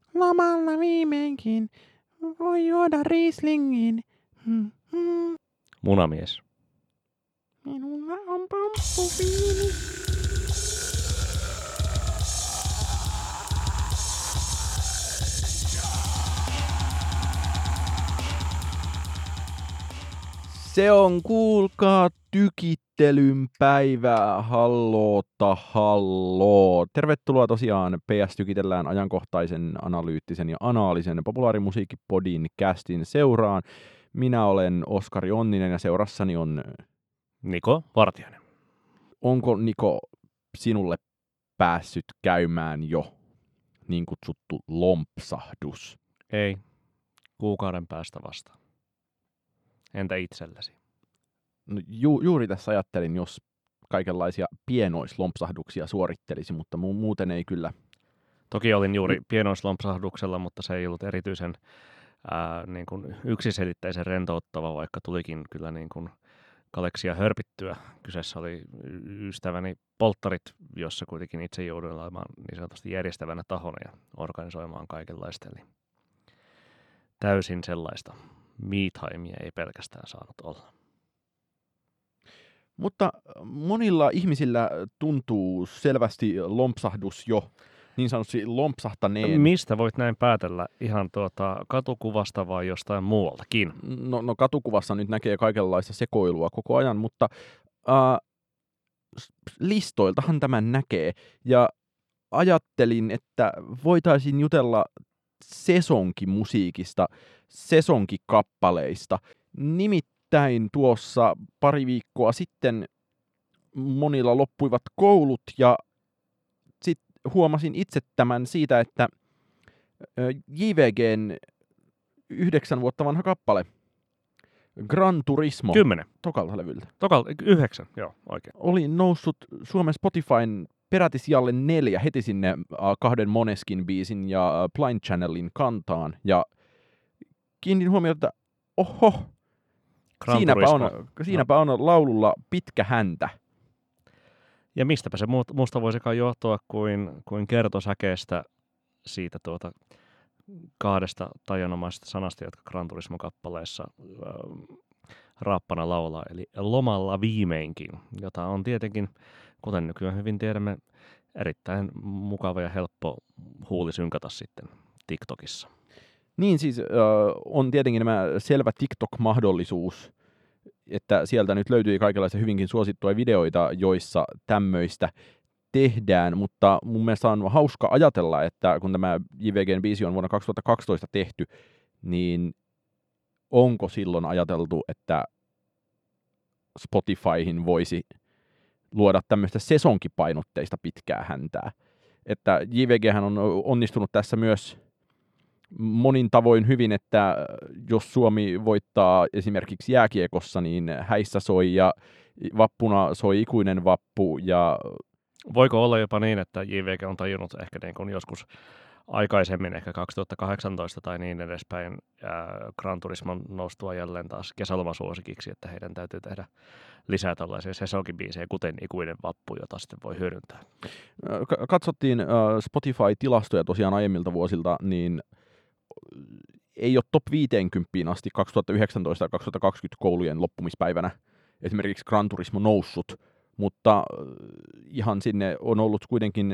Lomalla viimeinkin voi juoda Rieslingin. Munamies. Minulla on pomppuviini. Se on, kuulkaa, tykittelyn päivää. Halloo. Tervetuloa tosiaan PS Tykitellään ajankohtaisen, analyyttisen ja anaalisen populaarimusiikkipodin castin seuraan. Minä olen Oskari Onninen ja seurassani on... Niko Vartiainen. Onko, Niko, sinulle päässyt käymään jo niin kutsuttu lompsahdus? Ei. Kuukauden päästä vasta. Entä itsellesi? No, juuri tässä ajattelin, jos kaikenlaisia pienoislompsahduksia suorittelisi, mutta muuten ei kyllä. Toki olin juuri pienoislompsahduksella, mutta se ei ollut erityisen niin kuin yksiselitteisen rentouttava, vaikka tulikin kyllä niin kuin kaleksia hörpittyä. Kyseessä oli ystäväni polttarit, jossa kuitenkin itse jouduin olemaan niin sanotusti järjestävänä tahona ja organisoimaan kaikenlaista. Eli täysin sellaista me-timea ei pelkästään saanut olla. Mutta monilla ihmisillä tuntuu selvästi lompsahdus jo niin sanotusti lompsahtaneen. Mistä voit näin päätellä? Ihan katukuvasta vai jostain muualtakin? No katukuvassa nyt näkee kaikenlaista sekoilua koko ajan, mutta listoiltahan tämän näkee. Ja ajattelin, että voitaisiin jutella sesonkimusiikista, sesonkikappaleista. Nimittäin tuossa pari viikkoa sitten monilla loppuivat koulut ja sitten huomasin itse tämän siitä, että JVGn 9 vuotta vanha kappale, Gran Turismo, 10. tokalta levyltä. 9, joo, oikein. Oli noussut Suomen Spotifyn peräti sijalle 4 heti sinne 2 Måneskin biisin ja Blind Channelin kantaan. Ja kiinnitin huomiota, että oho, siinäpä on laululla pitkä häntä. Ja mistäpä se musta voisikaan johtua kuin kertosäkeestä siitä 2 taianomaisesta sanasta, jotka Gran Turismo-kappaleessa raappana laulaa, eli lomalla viimeinkin, jota on tietenkin, kuten nykyään hyvin tiedämme, erittäin mukava ja helppo huuli synkata sitten TikTokissa. Niin siis on tietenkin nämä selvä TikTok-mahdollisuus, että sieltä nyt löytyy kaikenlaisia hyvinkin suosittuja videoita, joissa tämmöistä tehdään, mutta mun mielestä on hauska ajatella, että kun tämä JVGn biisi on vuonna 2012 tehty, niin onko silloin ajateltu, että Spotifyhin voisi luoda tämmöistä sesonkipainotteista pitkää häntää. Että JVGhän on onnistunut tässä myös monin tavoin hyvin, että jos Suomi voittaa esimerkiksi jääkiekossa, niin häissä soi ja vappuna soi ikuinen vappu. Ja voiko olla jopa niin, että JVG on tajunnut ehkä niin kuin joskus aikaisemmin, ehkä 2018 tai niin edespäin, Gran Turismon noustua jälleen taas kesälomasuosikiksi, että heidän täytyy tehdä lisää tällaisia sesonkibiisejä, kuten ikuinen vappu, jota sitten voi hyödyntää. Katsottiin Spotify-tilastoja tosiaan aiemmilta vuosilta, niin ei ole top 50 asti 2019 ja 2020 koulujen loppumispäivänä esimerkiksi Gran Turismo noussut, mutta ihan sinne on ollut kuitenkin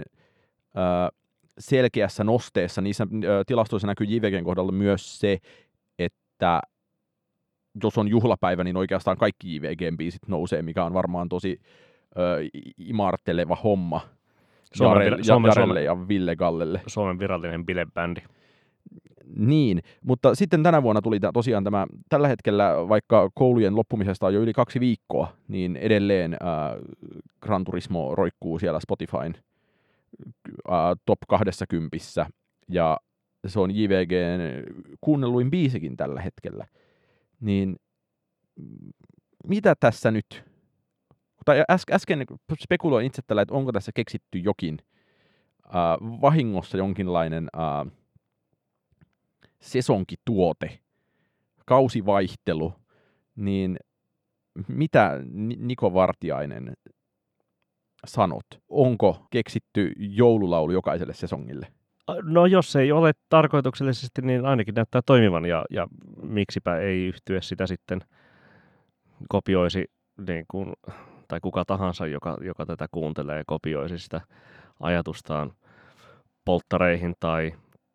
selkeässä nosteessa. Niissä tilastoissa näkyy JVGn kohdalla myös se, että jos on juhlapäivä, niin oikeastaan kaikki JVGn biisit nousee, mikä on varmaan tosi imarteleva homma Jarelle ja Ville Gallelle. Suomen virallinen bilebändi. Niin, mutta sitten tänä vuonna tuli tosiaan tämä, tällä hetkellä vaikka koulujen loppumisesta on jo yli 2 viikkoa, niin edelleen Gran Turismo roikkuu siellä Spotifyn top 20, ja se on JVGn kuunnelluin biisikin tällä hetkellä. Niin mitä tässä nyt, tai äsken spekuloin itse tällä, että onko tässä keksitty jokin vahingossa jonkinlainen sesonkituote, kausivaihtelu, niin mitä Niko Vartiainen sanot? Onko keksitty joululaulu jokaiselle sesongille? No jos ei ole tarkoituksellisesti, niin ainakin näyttää toimivan ja miksipä ei yhtye sitä sitten kopioisi niin kuin, tai kuka tahansa, joka tätä kuuntelee, kopioisi sitä ajatustaan polttareihin tai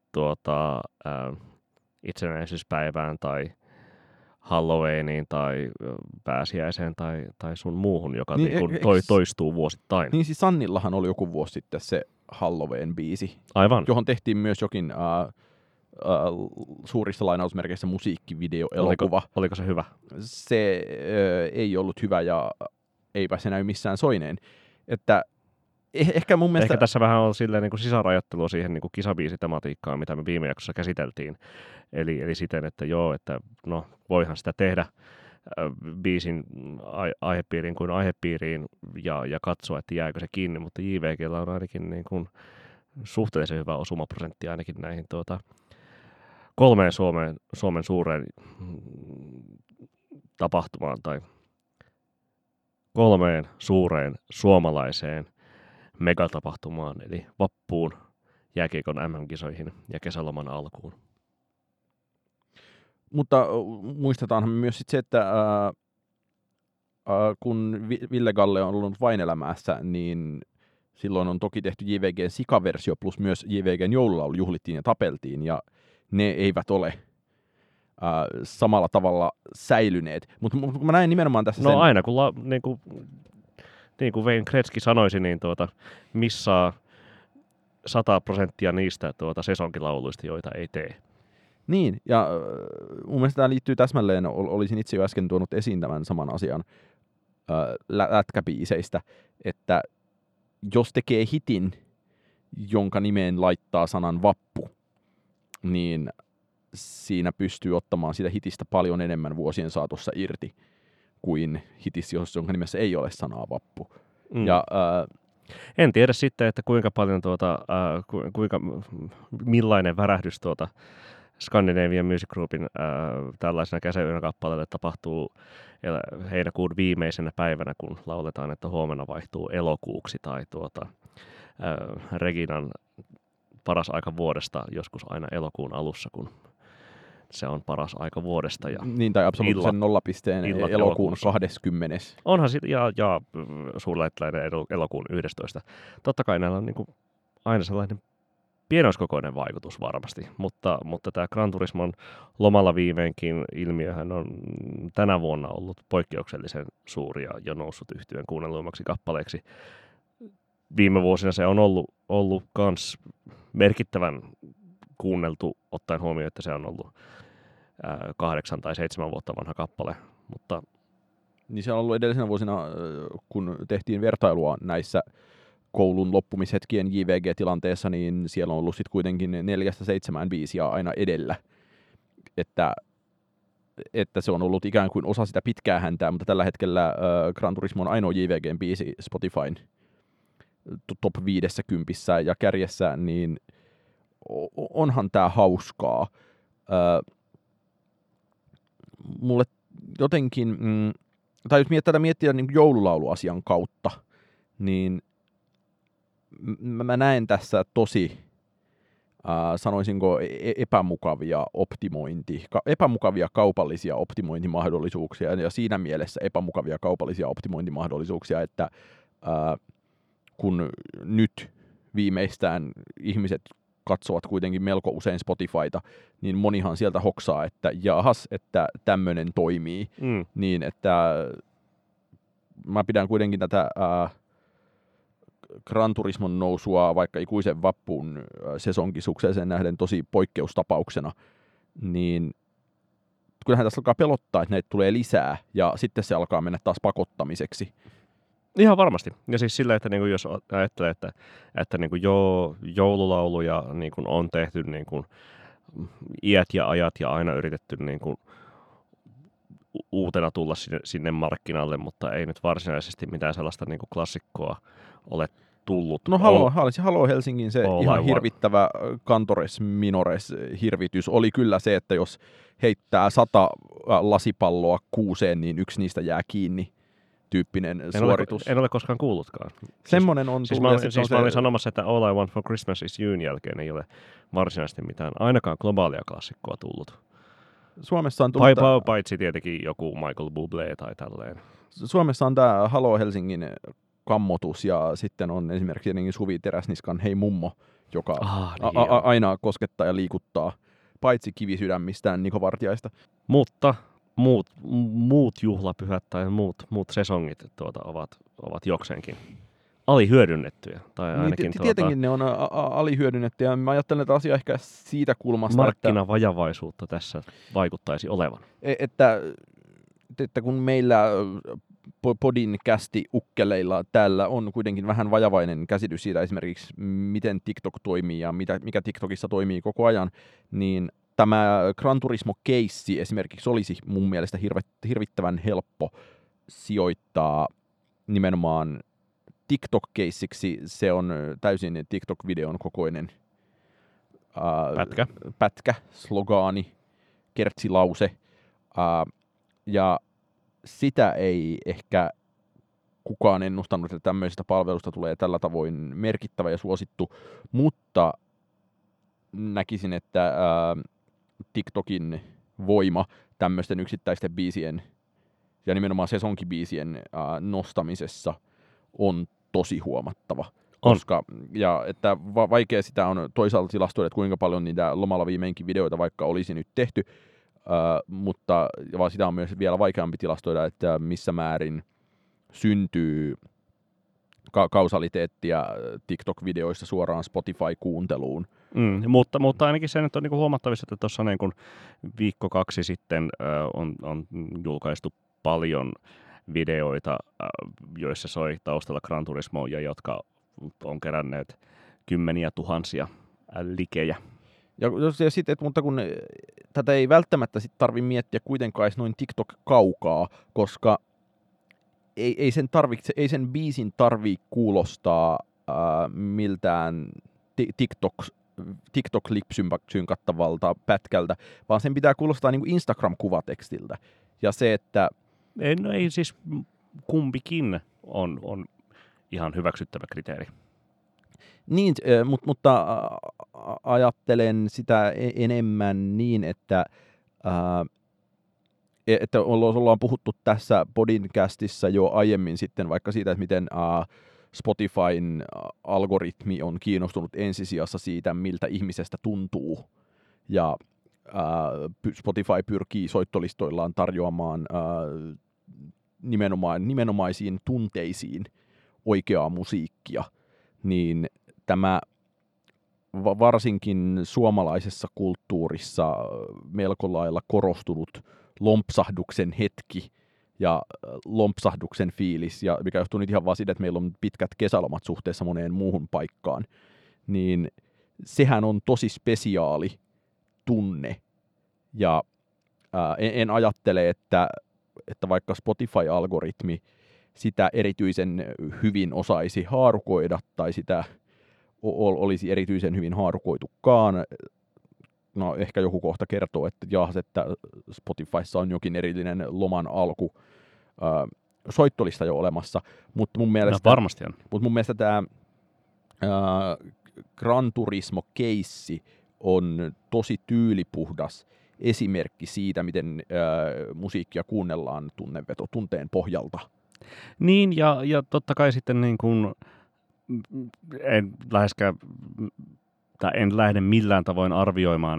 itsenäisyyspäivään tai Halloweeniin tai pääsiäiseen tai sun muuhun, joka toistuu vuosittain. Niin siis Sannillahan oli joku vuosi sitten se Halloween-biisi, Aivan. Johon tehtiin myös jokin suurissa lainausmerkeissä musiikkivideo-elokuva. Oliko se hyvä? Se ei ollut hyvä ja eipä se näy missään soineen. Että ehkä mun mielestä... Ehkä tässä vähän on silleen niin kuin sisarajattelua siihen niin kuin kisabiisitematiikkaan, mitä me viime jaksossa käsiteltiin. Eli siten, että joo, että no voihan sitä tehdä biisin aihepiiriin kuin aihepiiriin ja katsoa, että jääkö se kiinni, mutta JVG:llä on ainakin niin kuin suhteellisen hyvä osumaprosentti ainakin näihin 3 Suomen suureen tapahtumaan tai 3 suureen suomalaiseen megatapahtumaan, eli vappuun, jääkiekon MM-kisoihin ja kesäloman alkuun. Mutta muistetaanhan myös sit se, että kun Ville Galle on ollut vain elämässä, niin silloin on toki tehty JVG:n sikaversio plus myös JVG:n joululaulu juhlittiin ja tapeltiin, ja ne eivät ole samalla tavalla säilyneet. Mutta kun mä näin nimenomaan tässä No aina, kun niin kuin Wayne Gretzky sanoisi, niin missaa 100% niistä sesonkilauluista, joita ei tee. Niin, ja mun mielestä tämä liittyy täsmälleen, olisin itse jo äsken tuonut esiin tämän saman asian lätkäbiiseistä, että jos tekee hitin, jonka nimeen laittaa sanan vappu, niin siinä pystyy ottamaan sitä hitistä paljon enemmän vuosien saatossa irti kuin hitis, jonka nimessä ei ole sanaa vappu. Mm. Ja, en tiedä sitten, että kuinka paljon millainen värähdys Scandinavian Music Groupin tällaisena kesäyönä kappaleelle tapahtuu heinäkuun viimeisenä päivänä, kun lauletaan, että huomenna vaihtuu elokuuksi, tai Reginan paras aika vuodesta joskus aina elokuun alussa, kun se on paras aika vuodesta. Ja niin, tai absoluuttisen nollapisteen elokuun 20. Onhan ja suurlähettiläinen elokuun 11. Totta kai näillä on niin kuin aina sellainen pienoiskokoinen vaikutus varmasti, mutta tämä Gran Turismon lomalla viimeinkin ilmiöhän on tänä vuonna ollut poikkeuksellisen suuri ja noussut yhtyeen kuunnelluimmaksi kappaleeksi. Viime vuosina se on ollut kans merkittävän kuunneltu, ottaen huomioon, että se on ollut 8 tai 7 vuotta vanha kappale. Mutta niin se on ollut edellisenä vuosina, kun tehtiin vertailua näissä koulun loppumishetkien JVG-tilanteessa, niin siellä on ollut sitten kuitenkin 4-7 biisiä aina edellä. Että se on ollut ikään kuin osa sitä pitkää häntää, mutta tällä hetkellä Gran Turismo on ainoa JVG-biisi Spotifyn top 50 ja kärjessä, niin onhan tää hauskaa. Mulle jotenkin, tai jos tätä miettiä niin joululauluasian kautta, niin mä näen tässä tosi, sanoisinko, epämukavia kaupallisia optimointimahdollisuuksia, ja siinä mielessä epämukavia kaupallisia optimointimahdollisuuksia, että kun nyt viimeistään ihmiset katsovat kuitenkin melko usein Spotifyta, niin monihan sieltä hoksaa, että jahas, että tämmöinen toimii, niin että mä pidän kuitenkin tätä Gran Turismon nousua vaikka ikuisen vappuun sesonkisukseeseen nähden tosi poikkeustapauksena, niin kyllähän tässä alkaa pelottaa, että näitä tulee lisää, ja sitten se alkaa mennä taas pakottamiseksi. Ihan varmasti. Ja siis sillä, että niin kuin jos ajattelee, että niin kuin joululauluja niin kuin on tehty niin kuin iät ja ajat ja aina yritetty niin kuin uutena tulla sinne markkinalle, mutta ei nyt varsinaisesti mitään sellaista niin kuin klassikkoa ole tullut. No Halo Helsingin se ihan hirvittävä Cantores Minores hirvitys oli kyllä se, että jos heittää 100 lasipalloa kuuseen, niin yksi niistä jää kiinni. tyyppinen suoritus. En ole koskaan kuullutkaan. Semmoinen on tullut. Mä olin sanomassa, että All I Want for Christmas is You'n jälkeen ei ole varsinaisesti mitään, ainakaan globaalia klassikkoa tullut. Suomessa on tullut... Paitsi tietenkin joku Michael Bublé tai tälleen. Suomessa on tämä Halo Helsingin kammotus ja sitten on esimerkiksi Suvi Teräsniskan Hei mummo, joka aina koskettaa ja liikuttaa, paitsi kivisydämistään Niko Vartiaista. Mutta muut juhlapyhät tai muut sesongit ovat jokseenkin alihyödynnettyjä. Tai ainakin tietenkin ne on alihyödynnettyjä. Mä ajattelen tätä asiaa ehkä siitä kulmasta, markkinavajavaisuutta tässä vaikuttaisi olevan. Että kun meillä podcasti ukkeleilla täällä on kuitenkin vähän vajavainen käsitys siitä esimerkiksi, miten TikTok toimii ja mikä TikTokissa toimii koko ajan, niin tämä Gran Turismo-keissi esimerkiksi olisi mun mielestä hirvittävän helppo sijoittaa nimenomaan TikTok-keissiksi. Se on täysin TikTok-videon kokoinen pätkä, slogaani, kertsilause. Ja sitä ei ehkä kukaan ennustanut, että tämmöisestä palvelusta tulee tällä tavoin merkittävä ja suosittu, mutta näkisin, että TikTokin voima tämmöisten yksittäisten biisien ja nimenomaan sesonkibiisien nostamisessa on tosi huomattava. Ja että vaikea sitä on toisaalta tilastoida, että kuinka paljon niitä lomalla viimeinkin videoita vaikka olisi nyt tehty, mutta vaan sitä on myös vielä vaikeampi tilastoida, että missä määrin syntyy kausaliteettia TikTok-videoissa suoraan Spotify-kuunteluun. Mutta ainakin se nyt on niinku huomattavissa, että tuossa niinku viikko 2 sitten on julkaistu paljon videoita, joissa soi taustalla Gran Turismo ja jotka on keränneet kymmeniä tuhansia likejä. Ja sitten, mutta kun tätä ei välttämättä sit tarvitse miettiä kuitenkaan edes noin TikTok-kaukaa, koska ei sen biisin tarvitse kuulostaa miltään TikTok-lip-synkattavalta pätkältä, vaan sen pitää kuulostaa niin kuin Instagram-kuvatekstiltä. Ja se, että... Ei siis kumpikin on ihan hyväksyttävä kriteeri. Niin, mutta ajattelen sitä enemmän niin, että ollaan puhuttu tässä podcastissa jo aiemmin sitten vaikka siitä, että miten Spotifyn algoritmi on kiinnostunut ensisijassa siitä, miltä ihmisestä tuntuu. Ja Spotify pyrkii soittolistoillaan tarjoamaan nimenomaisiin tunteisiin oikeaa musiikkia, niin tämä varsinkin suomalaisessa kulttuurissa melko lailla korostunut lompsahduksen hetki ja lompsahduksen fiilis, ja mikä johtuu nyt ihan vaan siitä, että meillä on pitkät kesälomat suhteessa moneen muuhun paikkaan, niin sehän on tosi spesiaali tunne. Ja en ajattele, että vaikka Spotify-algoritmi sitä erityisen hyvin osaisi haarukoida tai sitä olisi erityisen hyvin haarukoitukaan. No ehkä joku kohta kertoo, että Spotifyssa on jokin erillinen loman alku soittolista jo olemassa, mutta mun mielestä, varmasti on. Mutta mun mielestä tämä Gran Turismo-keissi on tosi tyylipuhdas esimerkki siitä, miten musiikkia kuunnellaan tunteen pohjalta. Niin, ja totta kai sitten niin kuin en lähde millään tavoin arvioimaan,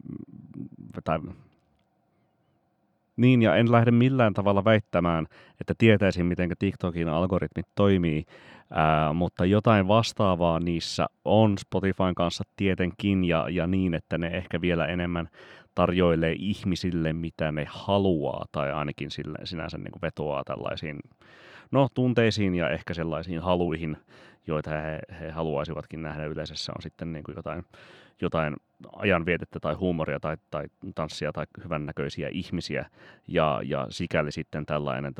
en lähde millään tavalla väittämään, että tietäisin, miten TikTokin algoritmit toimii, mutta jotain vastaavaa niissä on Spotifyn kanssa tietenkin, ja niin, että ne ehkä vielä enemmän tarjoilee ihmisille, mitä ne haluaa, tai ainakin sinänsä niin kuin vetoaa tällaisiin tunteisiin ja ehkä sellaisiin haluihin, joita he haluaisivatkin nähdä. Yleisössä on sitten niin kuin jotain ajanvietettä tai huumoria tai tanssia tai hyvännäköisiä ihmisiä, ja sikäli sitten tällainen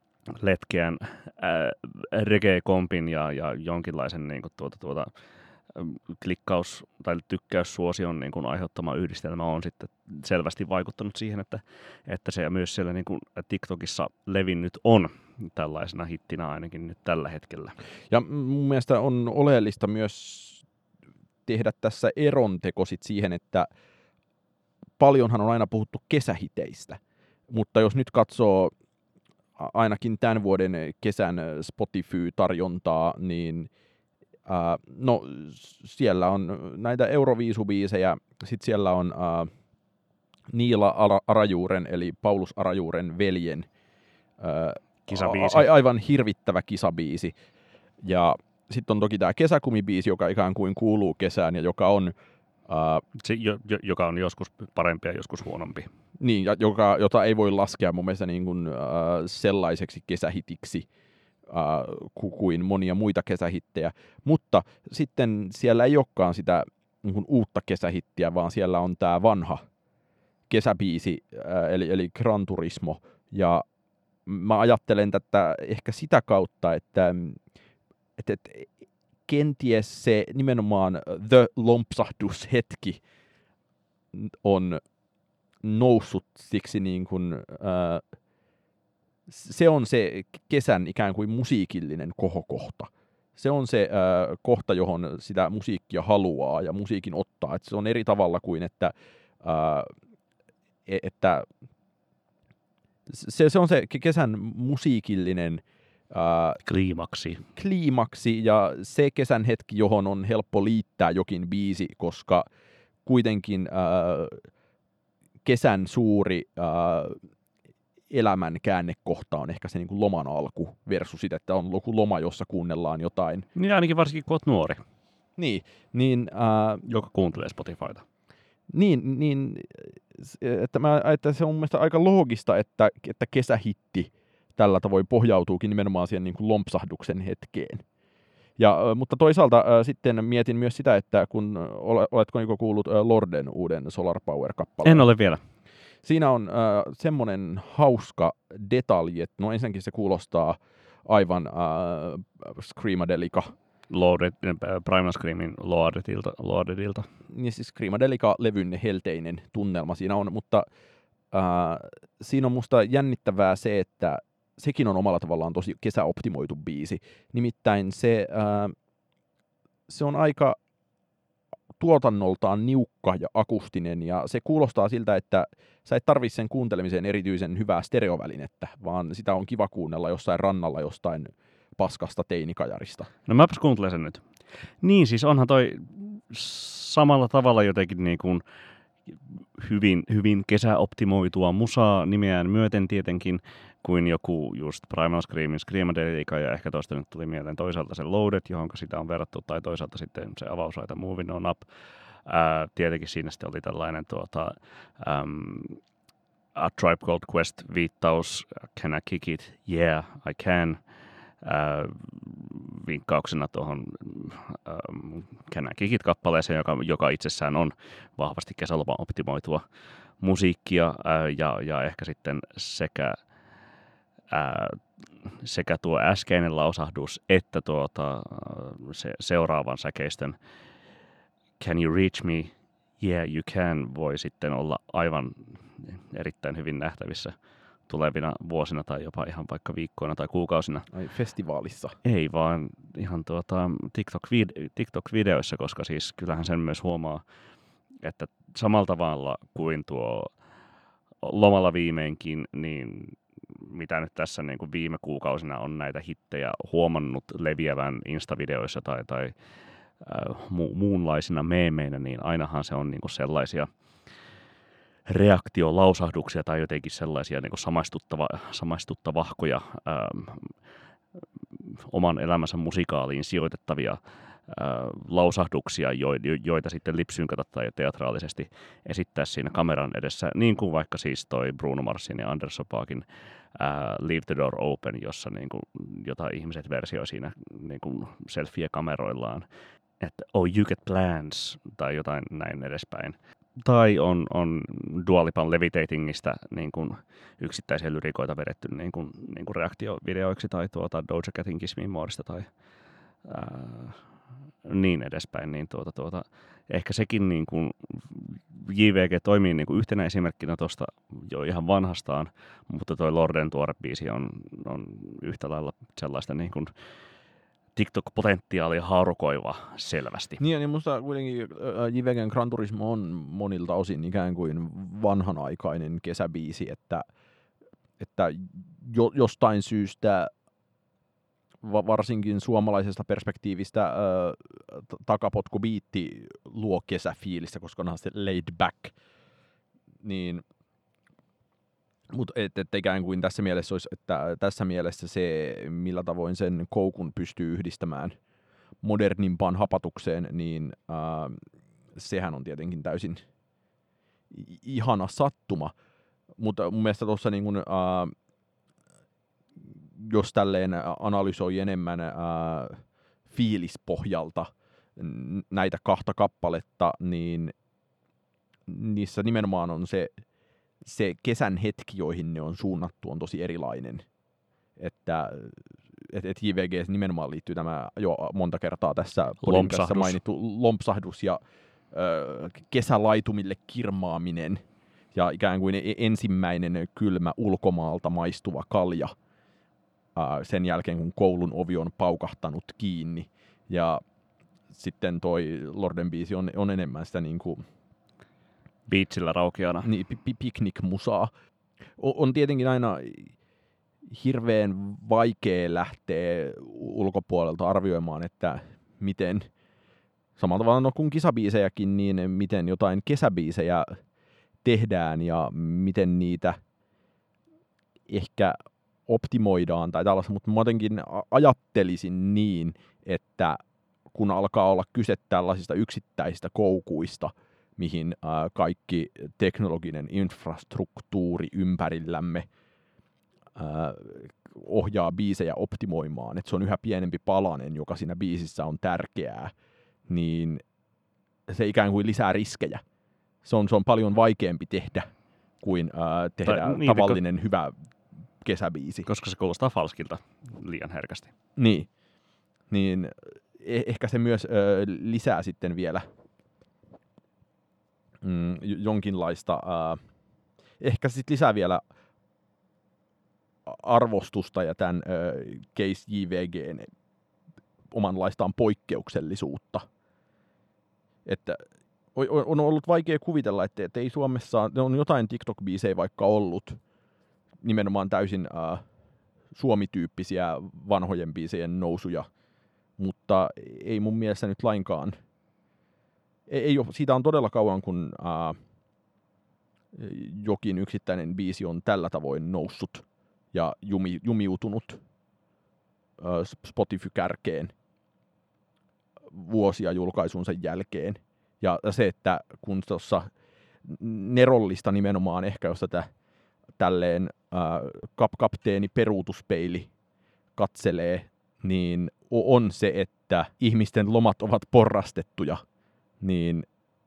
letkeän reggae-kompin ja jonkinlaisen niin kuin klikkaus- tai tykkäyssuosion niin kuin aiheuttama yhdistelmä on sitten selvästi vaikuttanut siihen, että se myös siellä niin kuin TikTokissa levinnyt on tällaisena hittinä ainakin nyt tällä hetkellä. Ja mun mielestä on oleellista myös tehdä tässä eronteko sit siihen, että paljonhan on aina puhuttu kesähiteistä, mutta jos nyt katsoo ainakin tämän vuoden kesän Spotify-tarjontaa, niin no siellä on näitä Euroviisubiisejä, sitten siellä on Niila Arajuuren eli Paulus Arajuuren veljen Kisabiisi. Aivan hirvittävä kisabiisi. Ja sitten on toki tämä kesäkumibiisi, joka ikään kuin kuuluu kesään ja joka on joka on joskus parempi ja joskus huonompi. Niin, jota ei voi laskea mun mielestä niin kuin, sellaiseksi kesähitiksi kuin monia muita kesähittejä. Mutta sitten siellä ei olekaan sitä niin kuin uutta kesähittiä, vaan siellä on tämä vanha kesäbiisi, eli Gran Turismo. Ja mä ajattelen tätä ehkä sitä kautta, että kenties se nimenomaan The Lompsahdushetki on noussut siksi niin kuin, se on se kesän ikään kuin musiikillinen kohokohta. Se on se kohta, johon sitä musiikkia haluaa ja musiikin ottaa. Et se on eri tavalla kuin, että se on se kesän musiikillinen kliimaksi ja se kesän hetki, johon on helppo liittää jokin biisi, koska kuitenkin kesän suuri elämän käännekohta on ehkä se niin kuin loman alku versus sitä, että on joku loma, jossa kuunnellaan jotain. Niin ainakin varsinkin, kun olet nuori. Niin, joka kuuntelee Spotifyta. Niin että se on mun mielestä aika loogista, että kesähitti tällä tavoin pohjautuukin nimenomaan siihen niin kuin lompsahduksen hetkeen. Mutta toisaalta sitten mietin myös sitä, että kun oletko niin kuullut Lorden uuden Solar Power-kappaleen? En ole vielä. Siinä on semmoinen hauska detalji, että no ensinnäkin se kuulostaa aivan Screamadelica. Primal Screamin Lordedilta. Niin siis Screamadelica-levyn helteinen tunnelma siinä on, mutta siinä on musta jännittävää se, että sekin on omalla tavallaan tosi kesäoptimoitu biisi. Nimittäin se on aika tuotannoltaan niukka ja akustinen, ja se kuulostaa siltä, että sä et tarvitse sen kuuntelemiseen erityisen hyvää stereovälinettä, vaan sitä on kiva kuunnella jossain rannalla jostain paskasta teinikajarista. No mäpäs kuuntelen sen nyt. Niin, siis onhan toi samalla tavalla jotenkin niin kuin hyvin kesäoptimoitua musaa nimeään myöten tietenkin, kuin joku just Primal Screamin Screamadelica, ja ehkä toista nyt tuli mieleen toisaalta se Loaded, johon sitä on verrattu, tai toisaalta sitten se avausaita Moving On Up. Tietenkin siinä sitten oli tällainen A Tribe Called Quest -viittaus, Can I Kick It? Yeah, I can. Vinkkauksena tuohon Can I Kick It-kappaleeseen, joka itsessään on vahvasti kesäloman optimoitua musiikkia, ja ehkä sitten sekä tuo äskeinen lausahdus että se seuraavan säkeistön Can you reach me? Yeah, you can voi sitten olla aivan erittäin hyvin nähtävissä tulevina vuosina tai jopa ihan vaikka viikkoina tai kuukausina. Ai festivaalissa? Ei, vaan ihan TikTok-videoissa, koska siis kyllähän sen myös huomaa, että samalla tavalla kuin tuo lomalla viimeinkin, niin mitä nyt tässä niin kuin viime kuukausina on näitä hittejä huomannut leviävän Insta-videoissa tai muunlaisina meemeinä, niin ainahan se on niin kuin sellaisia reaktiolausahduksia tai jotenkin sellaisia niin kuin samaistuttavahkoja oman elämänsä musikaaliin sijoitettavia lausahduksia, joita sitten lipsynkätä tai teatraalisesti esittää siinä kameran edessä, niin kuin vaikka siis toi Bruno Marsin ja Anderson Paakin Leave the Door Open, jossa niin kuin, jota ihmiset versioi siinä niin kuin selfie-kameroillaan, että oh you get plans tai jotain näin edespäin. Tai on Dua Lipan Levitatingista niin kuin yksittäisiä lyrikoita vedetty niin kuin reaktiovideoiksi tai Doja Catin Kiss Me Moreista tai niin edespäin, niin ehkä sekin niin kuin JVG toimii niin kuin yhtenä esimerkkinä tuosta jo ihan vanhastaan, mutta toi Lorden tuore biisi on yhtä lailla sellaista niin kuin TikTok-potentiaalia haarukoiva selvästi. Niin, niin musta kuitenkin JVGn Gran Turismo on monilta osin ikään kuin vanhanaikainen kesäbiisi, että jostain syystä varsinkin suomalaisesta perspektiivistä takapotkubiitti luo kesäfiilistä, koska onhan se laid back. Niin, mutta et ikään kuin tässä mielessä olisi, että tässä mielessä se, millä tavoin sen koukun pystyy yhdistämään modernimpaan hapatukseen, niin sehän on tietenkin täysin ihana sattuma. Mutta mun mielestä tuossa niin kun, jos tälleen analysoi enemmän fiilispohjalta näitä kahta kappaletta, niin niissä nimenomaan on se kesän hetki, joihin ne on suunnattu, on tosi erilainen. Että JVG nimenomaan liittyy tämä jo monta kertaa tässä podcastissa mainittu lompsahdus ja kesälaitumille kirmaaminen ja ikään kuin ensimmäinen kylmä ulkomaalta maistuva kalja sen jälkeen, kun koulun ovi on paukahtanut kiinni. Ja sitten toi Lorden biisi on enemmän sitä niinku beachillä raukeana. Niin, piknikmusaa. On tietenkin aina hirveän vaikea lähteä ulkopuolelta arvioimaan, että miten, samalla tavalla kuin kisabiisejäkin, niin miten jotain kesäbiisejä tehdään ja miten niitä ehkä optimoidaan tai tällaista, mutta mä jotenkin ajattelisin niin, että kun alkaa olla kyse tällaisista yksittäisistä koukuista, mihin kaikki teknologinen infrastruktuuri ympärillämme ohjaa biisejä optimoimaan, että se on yhä pienempi palanen, joka siinä biisissä on tärkeää, niin se ikään kuin lisää riskejä. Se on paljon vaikeampi tehdä kuin tehdä tavallinen hyvä kesäbiisi. Koska se kuulostaa falskilta liian herkästi. Niin ehkä se myös lisää sitten vielä jonkinlaista, ehkä sitten lisää vielä arvostusta ja tämän Case JVGn omanlaistaan poikkeuksellisuutta. Että on ollut vaikea kuvitella, että ei Suomessa, on jotain TikTok-biisejä vaikka ollut, nimenomaan täysin suomityyppisiä vanhojen biisejä nousuja, mutta ei mun mielestä nyt lainkaan. Ei ole, siitä on todella kauan, kun jokin yksittäinen biisi on tällä tavoin noussut ja jumiutunut Spotify-kärkeen vuosia julkaisunsa jälkeen. Ja se, että kun tuossa Nerollista nimenomaan ehkä, jos tätä tälleen kapteeni peruutuspeili katselee, niin on se, että ihmisten lomat ovat porrastettuja, niin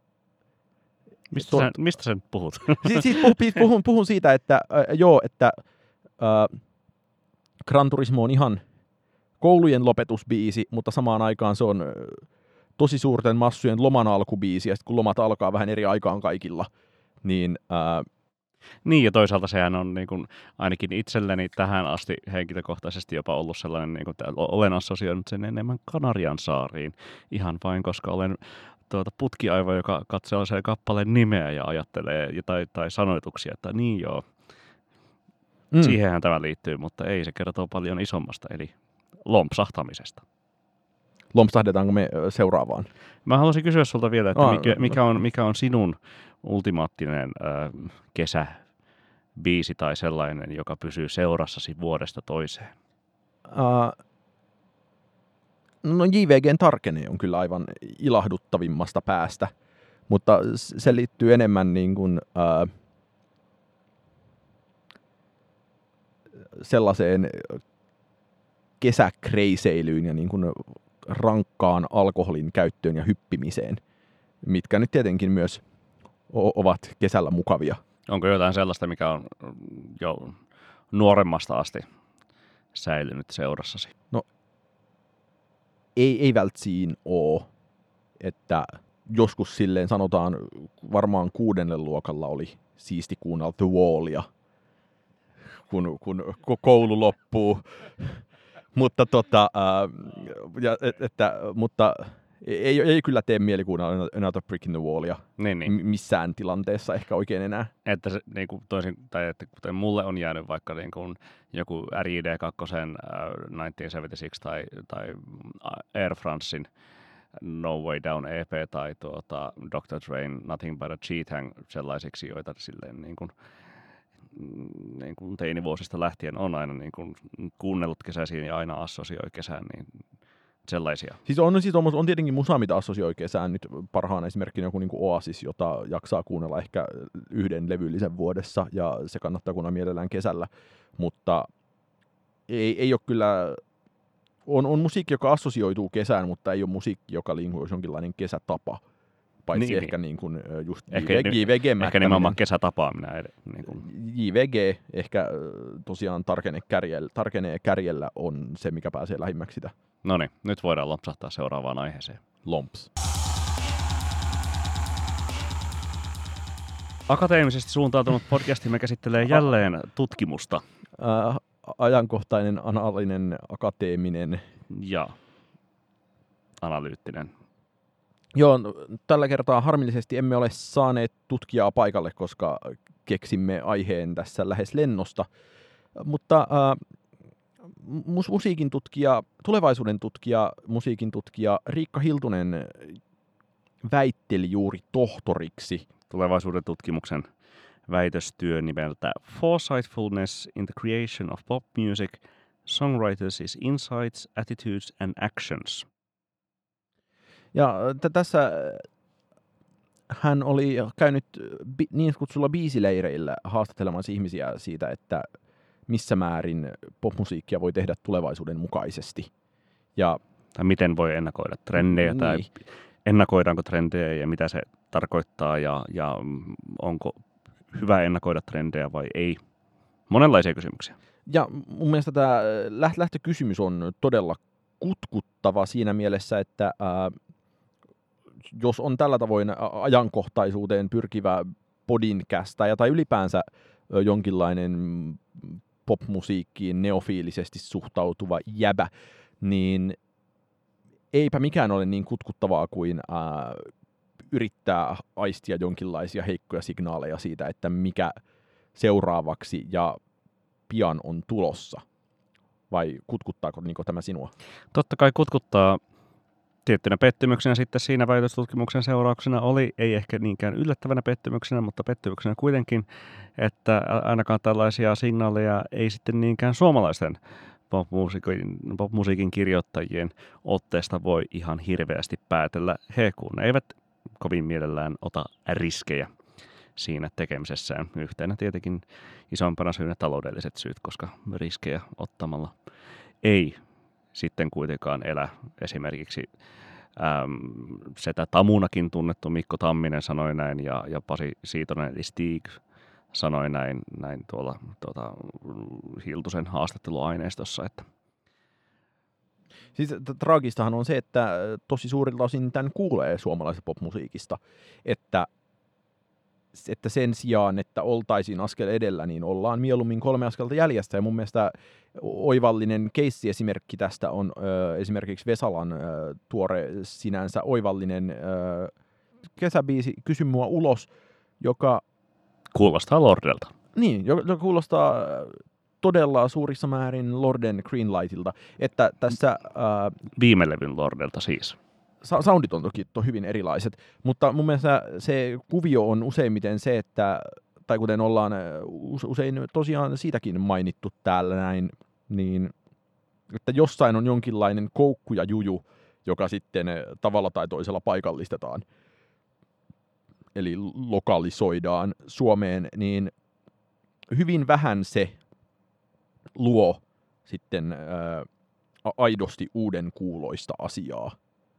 Mistä sen puhut? Siis puhun siitä, että että Gran Turismo on ihan koulujen lopetusbiisi, mutta samaan aikaan se on tosi suurten massujen loman alkubiisi, ja sitten kun lomat alkaa vähän eri aikaan kaikilla, niin niin, ja toisaalta sehän on niin kuin, ainakin itselleni tähän asti henkilökohtaisesti jopa ollut sellainen, niin kuin, että olen assosioinut sen enemmän Kanarian saariin, ihan vain koska olen putkiaivo, joka katsoo sen kappaleen nimeä ja ajattelee tai sanoituksia, että niin joo, siihenhän tämä liittyy, mutta ei, se kertoo paljon isommasta, eli lompsahtamisesta. Lompsahdetaanko me seuraavaan? Mä haluaisin kysyä sulta vielä, että mikä on sinun ultimaattinen kesäbiisi tai sellainen, joka pysyy seurassasi vuodesta toiseen? No JVGn Tarkene on kyllä aivan ilahduttavimmasta päästä, mutta se liittyy enemmän niin kuin, sellaiseen kesäkreiseilyyn ja niin kuin rankkaan alkoholin käyttöön ja hyppimiseen, mitkä nyt tietenkin myös ovat kesällä mukavia. Onko jotain sellaista, mikä on jo nuoremmasta asti säilynyt seurassasi? No, ei välttämättä ole, että joskus silleen sanotaan, varmaan 6. luokalla oli siisti kuunnella The Wallia, kun koulu loppuu. Mutta mutta ei kyllä tee mieli kuunnella Another Brick in the Wallia missään tilanteessa ehkä oikein enää. Että se, niin kuin toisin, tai että kuten mulle on jäänyt vaikka niin kuin joku RID2 1976 tai Air Francein No Way Down EP tai Dr. Drein Nothing But a Cheat-hang sellaisiksi, joita silleen niin kuin teinivuosista lähtien on aina niin kuin kuunnellut kesäisiin ja aina assosioi kesään, niin sellaisia. Siis on tietenkin musa, mitä assosioi kesään. Nyt parhaana esimerkkinä joku niin kuin Oasis, jota jaksaa kuunnella ehkä 1 levyllisen vuodessa, ja se kannattaa kuunnella mielellään kesällä. Mutta ei ole kyllä... On musiikki, joka assosioituu kesään, mutta ei ole musiikki, joka olisi jonkinlainen kesätapa. Paitsi ehkä niin kuin just JVG. Ehkä nimenomaan kesätapaaminen. Niin kuin. JVG ehkä tosiaan tarkenee kärjellä on se, mikä pääsee lähimmäksi sitä. Noniin, nyt voidaan lompsahtaa seuraavaan aiheeseen. Lomps. Akateemisesti suuntautunut podcastimme käsittelee jälleen tutkimusta. Ajankohtainen, analyyttinen, akateeminen. Ja analyyttinen. Joo, tällä kertaa harmillisesti emme ole saaneet tutkijaa paikalle, koska keksimme aiheen tässä lähes lennosta. Mutta musiikin tutkija, tulevaisuuden tutkija, musiikin tutkija Riikka Hiltunen väitteli juuri tohtoriksi tulevaisuuden tutkimuksen väitöstyö nimeltä Foresightfulness in the Creation of Pop Music, Songwriters' Insights, Attitudes and Actions. Ja tässä hän oli käynyt niin kutsulla biisileireillä haastattelemassa ihmisiä siitä, että missä määrin popmusiikkia voi tehdä tulevaisuuden mukaisesti. Tai miten voi ennakoida trendejä, niin. Tai ennakoidaanko trendejä ja mitä se tarkoittaa ja onko hyvä ennakoida trendejä vai ei. Monenlaisia kysymyksiä. Ja mun mielestä tämä lähtökysymys on todella kutkuttava siinä mielessä, että jos on tällä tavoin ajankohtaisuuteen pyrkivä podinkästäjä tai ylipäänsä jonkinlainen popmusiikkiin neofiilisesti suhtautuva jäbä, niin eipä mikään ole niin kutkuttavaa kuin yrittää aistia jonkinlaisia heikkoja signaaleja siitä, että mikä seuraavaksi ja pian on tulossa. Vai kutkuttaako tämä sinua? Totta kai kutkuttaa. Tiettynä pettymyksenä sitten siinä väitöstutkimuksen seurauksena oli, ei ehkä niinkään yllättävänä pettymyksenä, mutta pettymyksenä kuitenkin, että ainakaan tällaisia signaaleja ei sitten niinkään suomalaisten popmusiikin kirjoittajien otteesta voi ihan hirveästi päätellä, kun eivät kovin mielellään ota riskejä siinä tekemisessään. Yhtenä tietenkin isompana syynä taloudelliset syyt, koska riskejä ottamalla ei sitten kuitenkaan elä. Esimerkiksi setä Tamunakin tunnettu Mikko Tamminen sanoi näin ja Pasi Siitonen eli Stig sanoi näin tuolla Hiltusen haastatteluaineistossa. Että. Siis traagistahan on se, että tosi suurilta osin tämän kuulee suomalaisesta popmusiikista, että sen sijaan, että oltaisiin askel edellä, niin ollaan mieluummin 3 askelta jäljestä. Ja mun mielestä oivallinen keissi-esimerkki tästä on esimerkiksi Vesalan tuore sinänsä oivallinen kesäbiisi Kysy mua ulos, joka kuulostaa Lordelta. Niin, joka kuulostaa todella suurissa määrin Lorden Greenlightilta. Että tässä viime levyn Lordelta siis. Soundit on toki hyvin erilaiset, mutta mun mielestä se kuvio on useimmiten se, että, tai kuten ollaan usein tosiaan siitäkin mainittu täällä näin, niin että jossain on jonkinlainen koukku ja juju, joka sitten tavalla tai toisella paikallistetaan, eli lokalisoidaan Suomeen, niin hyvin vähän se luo sitten aidosti uuden kuuloista asiaa.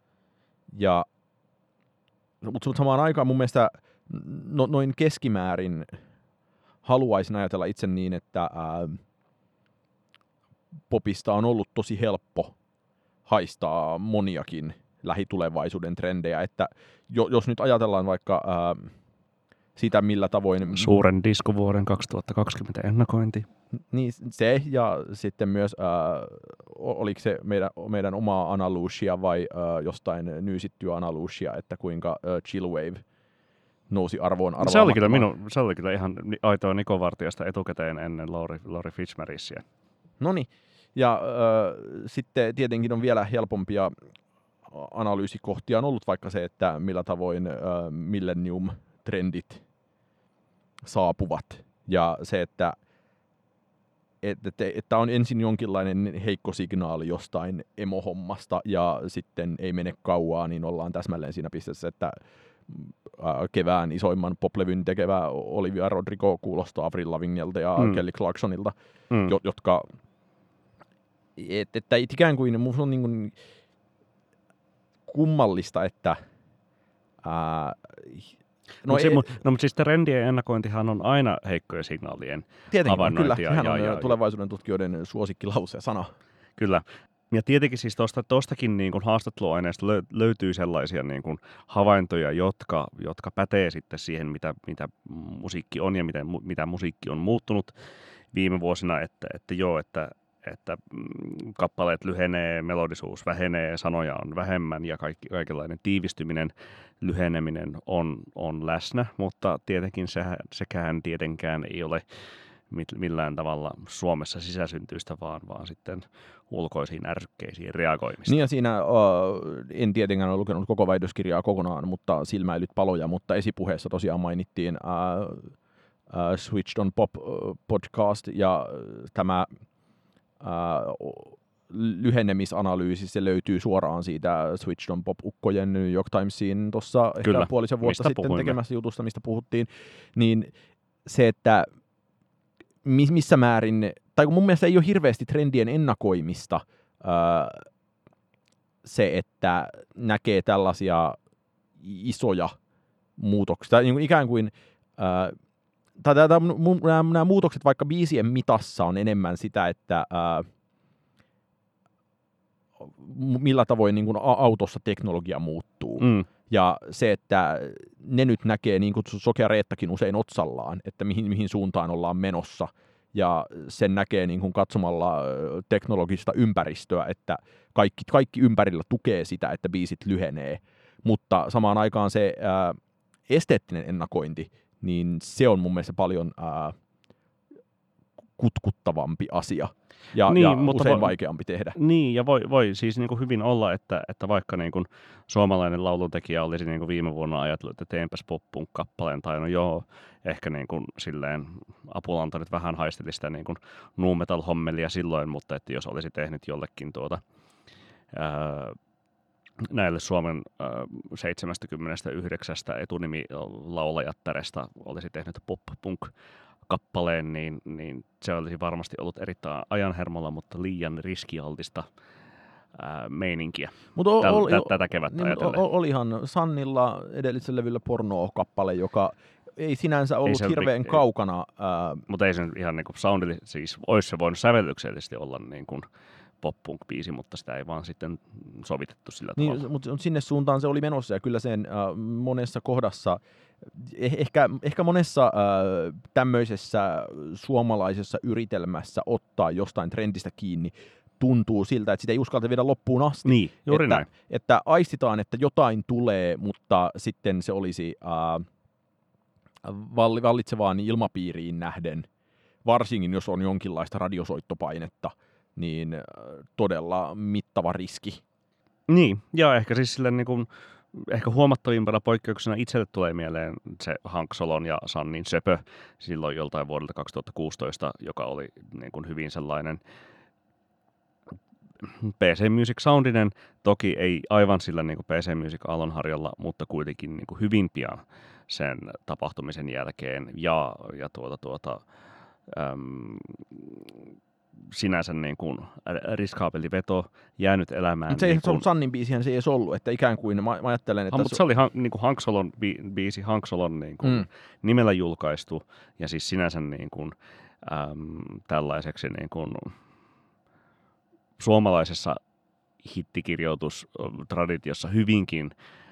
Mutta samaan aikaan mun mielestä noin keskimäärin haluaisin ajatella itse niin, että popista on ollut tosi helppo haistaa moniakin lähitulevaisuuden trendejä, että jos nyt ajatellaan vaikka sitä, millä tavoin... Suuren diskovuoden 2020 ennakointi. Niin se, ja sitten myös, oliko se meidän omaa analyysiä vai jostain nyysittyä analyysiä, että kuinka Chillwave nousi arvoon arvaamattomaan. Se oli kyllä ihan aitoa Niko Vartijasta etukäteen ennen Lauri Fitzmarisia. Noniin, ja sitten tietenkin on vielä helpompia analyysikohtia on ollut vaikka se, että millä tavoin millennium-trendit saapuvat, ja se, että on ensin jonkinlainen heikko signaali jostain emohommasta, ja sitten ei mene kauaa, niin ollaan täsmälleen siinä pisteessä, että kevään isoimman poplevyn tekevä Olivia Rodrigo kuulostaa Avril Lavigneilta ja Kelly Clarksonilta, jotka että ikään kuin minusta on niin kuin kummallista, että mutta siis trendien ennakointihan on aina heikkojen signaalien havainnointia. Kyllä, sehän on tulevaisuuden tutkijoiden suosikkilause sana. Kyllä. Ja tietenkin siis tuostakin niin kuin haastatteluaineesta löytyy sellaisia niin kuin havaintoja, jotka pätee sitten siihen, mitä musiikki on ja mitä musiikki on muuttunut viime vuosina, että kappaleet lyhenee, melodisuus vähenee, sanoja on vähemmän ja kaikenlainen tiivistyminen, lyheneminen on läsnä, mutta tietenkin sekään tietenkään ei ole millään tavalla Suomessa sisäsyntyistä, vaan sitten ulkoisiin ärsykkeisiin reagoimista. Niin ja siinä en tietenkään ole lukenut koko väitöskirjaa kokonaan, mutta silmäilyt paloja, mutta esipuheessa tosiaan mainittiin Switched on Pop podcast ja tämä lyhenemisanalyysi, se löytyy suoraan siitä Switched on Pop-ukkojen New York Timesiin tuossa ehkä puolisen vuotta sitten puhuimme. Tekemässä jutusta, mistä puhuttiin, niin se, että missä määrin, tai kun mun mielestä ei ole hirveästi trendien ennakoimista se, että näkee tällaisia isoja muutoksia, tai niin ikään kuin nämä muutokset vaikka biisien mitassa on enemmän sitä, että millä tavoin niin kuin autossa teknologia muuttuu. Ja se, että ne nyt näkee niin kutsuttu Sokea Reettakin usein otsallaan, että mihin suuntaan ollaan menossa. Ja sen näkee niin kuin katsomalla teknologista ympäristöä, että kaikki ympärillä tukee sitä, että biisit lyhenee. Mutta samaan aikaan se esteettinen ennakointi, niin se on mun mielestä paljon kutkuttavampi asia ja usein vaikeampi tehdä. Niin, ja voi siis niin kuin hyvin olla, että vaikka niin kuin suomalainen lauluntekijä olisi niin kuin viime vuonna ajatellut, että teenpäs pop-punk-kappaleen, tai no joo, ehkä niin kuin silleen Apulanta nyt vähän haisteli sitä niin kuin nu metal-hommelia silloin, mutta että jos olisi tehnyt jollekin näille Suomen 79 etunimilaulajattaresta olisi tehnyt pop-punk-kappaleen, niin se olisi varmasti ollut erittäin ajanhermolla, mutta liian riskialtista meininkiä tätä kevättä ajatellen. Olihan Sannilla edellisellä levyllä porno-kappale, joka ei sinänsä ollut hirveän kaukana. Mutta ei se ihan niin kuin siis olisi se voinut sävellyksellisesti olla niin kuin pop-punk-biisi, mutta sitä ei vaan sitten sovitettu sillä tavalla. Niin, mutta sinne suuntaan se oli menossa, ja kyllä sen monessa kohdassa, ehkä monessa tämmöisessä suomalaisessa yritelmässä ottaa jostain trendistä kiinni, tuntuu siltä, että sitä ei uskalta viedä loppuun asti. Niin, juuri näin. Että aistitaan, että jotain tulee, mutta sitten se olisi vallitsevaan ilmapiiriin nähden, varsinkin jos on jonkinlaista radiosoittopainetta, niin todella mittava riski. Niin, ja ehkä siis silleen niin kuin, ehkä huomattavimpana poikkeuksena itselle tulee mieleen se Hank Solon ja Sannin Söpö silloin joltain vuodelta 2016, joka oli niin kuin hyvin sellainen PC Music Soundinen, toki ei aivan sillä niin kuin PC Music aallonharjalla, mutta kuitenkin niin kuin hyvin pian sen tapahtumisen jälkeen ja sinänsä niin kuin riskaapeli veto jäänyt elämään. Mutta se ei ollut Sannin biisihän se ei edes ollut, että ikään kuin mä ajattelen, että... mutta se oli niin kuin Hank Solon biisi, Hank Solon niin kuin nimellä julkaistu ja siis sinänsä niin kuin, tällaiseksi niin kuin suomalaisessa hittikirjoitustraditiossa hyvinkin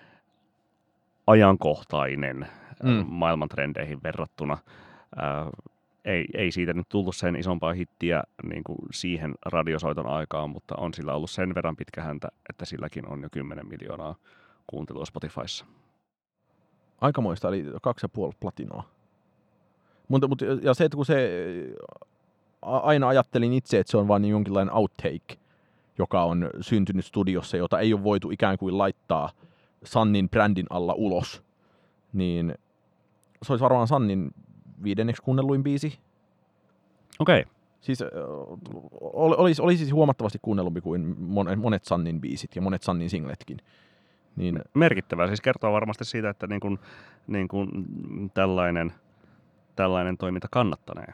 ajankohtainen maailmantrendeihin verrattuna. Ei siitä nyt tullut sen isompaa hittiä niin kuin siihen radiosoiton aikaan, mutta on sillä ollut sen verran pitkä häntä, että silläkin on jo 10 miljoonaa kuuntelua Spotifyssa. Aikamoista, eli 2,5 platinoa. Ja se, että kun se aina ajattelin itse, että se on vain jonkinlainen outtake, joka on syntynyt studiossa, jota ei ole voitu ikään kuin laittaa Sunnin brändin alla ulos, niin se olisi varmaan Sunnin 5. kuunnelluin biisi. Okei. Okay. Siis olisi siis huomattavasti kuunnellumpi kuin monet Sunnin biisit ja monet Sunnin singletkin. Niin, merkittävää. Siis kertoo varmasti siitä, että niin kuin tällainen toiminta kannattanee.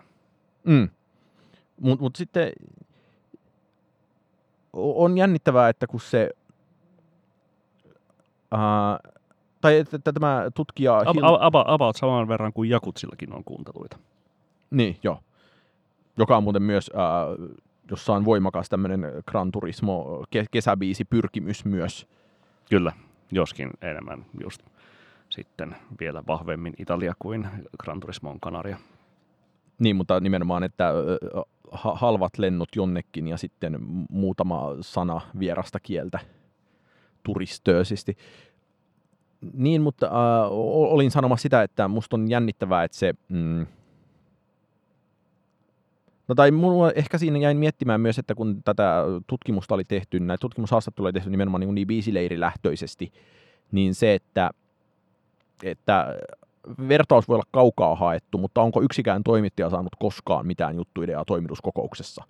Mutta sitten on jännittävää, että kun se tai että tämä tutkija About saman verran kuin Jakutsillakin on kuunteluita. Niin, joo. Joka on muuten myös jossa on voimakas tämmöinen Gran Turismo kesäbiisi pyrkimys myös. Kyllä, joskin enemmän just sitten vielä vahvemmin Italia kuin Gran Turismo on Kanaria. Niin, mutta nimenomaan, että halvat lennot jonnekin ja sitten muutama sana vierasta kieltä turistöösisti. Niin, mutta olin sanomassa sitä, että musta on jännittävää, että se no tai mulla ehkä siinä jäin miettimään myös, että kun tätä tutkimusta oli tehty, näitä tutkimushaastatteluja oli tehty nimenomaan niin biisileirilähtöisesti, niin se, että vertaus voi olla kaukaa haettu, mutta onko yksikään toimittaja saanut koskaan mitään juttuideaa toimituskokouksessa?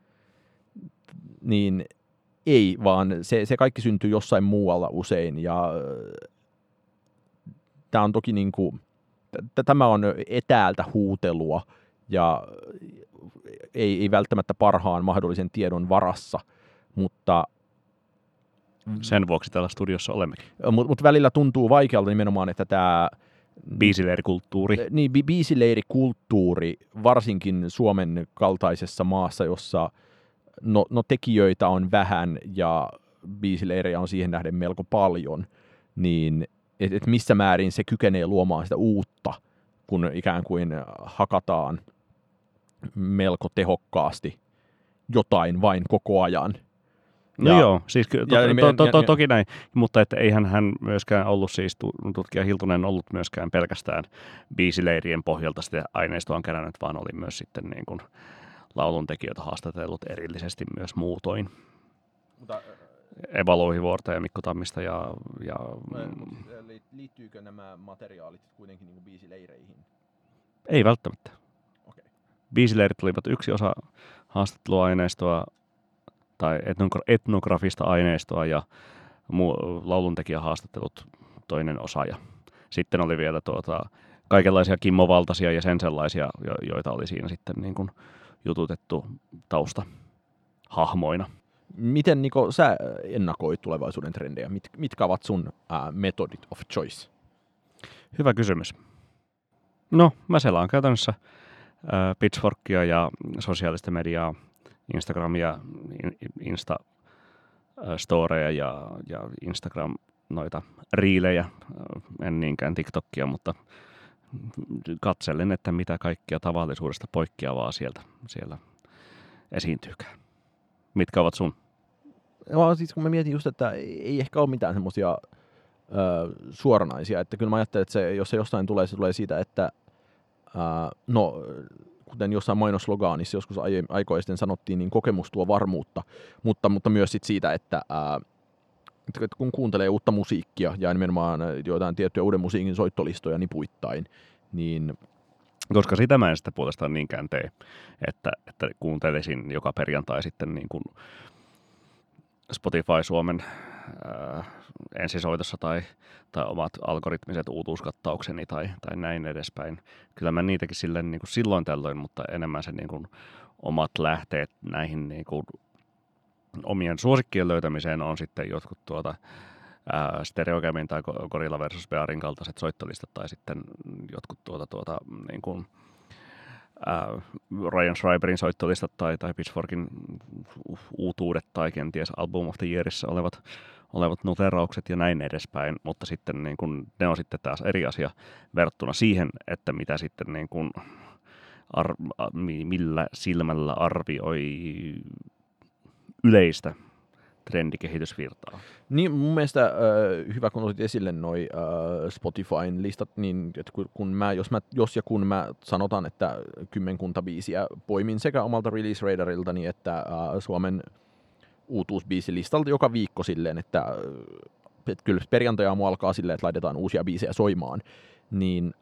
Niin ei, vaan se kaikki syntyy jossain muualla usein, ja tämä on toki niin kuin, tämä on etäältä huutelua, ja ei välttämättä parhaan mahdollisen tiedon varassa, mutta sen vuoksi täällä studiossa olemmekin. Mutta välillä tuntuu vaikealta nimenomaan, että tämä biisileirikulttuuri. Niin, biisileirikulttuuri, varsinkin Suomen kaltaisessa maassa, jossa tekijöitä on vähän ja biisileirejä on siihen nähden melko paljon, niin et missä määrin se kykenee luomaan sitä uutta, kun ikään kuin hakataan melko tehokkaasti jotain vain koko ajan. No joo, siis toki näin, mutta että eihän hän myöskään ollut siis, tutkija Hiltunen ollut myöskään pelkästään biisileirien pohjalta sitä aineistoa kerännyt, vaan oli myös sitten niin kuin lauluntekijöitä haastatellut erillisesti myös muutoin. Mutta Eva Louhivuorta ja Mikko Tammista ja liittyykö nämä materiaalit kuitenkin niin kuin biisileireihin? Ei välttämättä. Okay. Biisileirit olivat yksi osa haastatteluaineistoa tai etnografista aineistoa ja lauluntekijähaastattelut toinen osa. Ja sitten oli vielä kaikenlaisia Kimmo Valtasia ja sen sellaisia, joita oli siinä sitten niin kuin jututettu taustahahmoina. Miten Niko, sä ennakoit tulevaisuuden trendejä? Mitkä ovat sun methodit of choice? Hyvä kysymys. No, mä selaan käytännössä Pitchforkia ja sosiaalista mediaa, Instagramia, Insta-storeja ja Instagram noita riilejä, en niinkään TikTokia, mutta katselen, että mitä kaikkea tavallisuudesta poikkeavaa siellä esiintyykään. Mitkä ovat sun? No, siis kun mä mietin just, että ei ehkä ole mitään semmoisia suoranaisia, että kyllä mä ajattelen, että jos se jostain tulee, se tulee siitä, että kuten jossain mainoslogaanissa joskus aikoja sitten sanottiin, niin kokemus tuo varmuutta, mutta myös sit siitä, että kun kuuntelee uutta musiikkia ja nimenomaan jotain tiettyjä uuden musiikin soittolistoja nipuittain, niin koska sitä mä en sitä puolestaan niinkään tee, että kuuntelisin joka perjantai sitten niin kuin Spotify Suomen ensisoitossa tai omat algoritmiset uutuuskattaukseni tai näin edespäin. Kyllä mä niitäkin silleen niin kuin silloin tällöin, mutta enemmän se niin kuin omat lähteet näihin niin kuin omien suosikkien löytämiseen on sitten jotkut Stereo Gamin tai Gorilla versus Bearin kaltaiset soittolistat tai sitten jotkut niin kuin Ryan Schreiberin soittolistat tai Pitchforkin uutuudet tai kenties Album of the Yearissa olevat noteraukset ja näin edespäin, mutta sitten niin kun, ne on sitten taas eri asia verrattuna siihen, että mitä sitten niin kun, millä silmällä arvioi jyleistä trendikehitysvirtaa. Niin mun mielestä hyvä, kun otit esille noi Spotifyn listat, niin että jos ja kun mä sanotaan, että kymmenkunta biisiä poimin sekä omalta Release Radariltani että Suomen uutuusbiisilistalta joka viikko silleen, että kyllä perjantai-aamu alkaa silleen, että laitetaan uusia biisejä soimaan, niin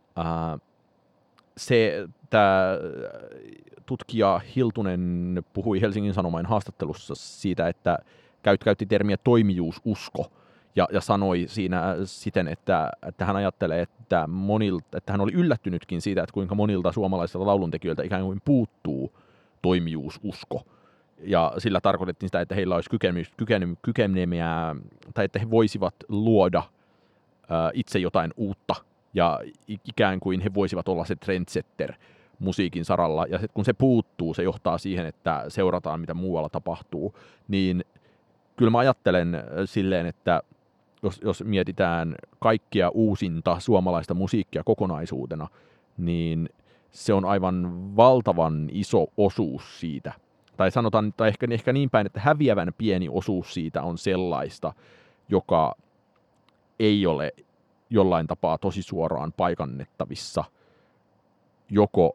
tämä tutkija Hiltunen puhui Helsingin Sanomain haastattelussa siitä, että käytti termiä toimijuususko ja sanoi siinä siten, että hän ajattelee, että hän oli yllättynytkin siitä, että kuinka monilta suomalaisilta lauluntekijöiltä ikään kuin puuttuu toimijuususko. Ja sillä tarkoitettiin sitä, että heillä olisi kykenemiä, tai että he voisivat luoda itse jotain uutta, ja ikään kuin he voisivat olla se trendsetter musiikin saralla. Ja kun se puuttuu, se johtaa siihen, että seurataan, mitä muualla tapahtuu. Niin kyllä mä ajattelen silleen, että jos mietitään kaikkia uusinta suomalaista musiikkia kokonaisuutena, niin se on aivan valtavan iso osuus siitä. Tai sanotaan, tai ehkä niin päin, että häviävän pieni osuus siitä on sellaista, joka ei ole jollain tapaa tosi suoraan paikannettavissa joko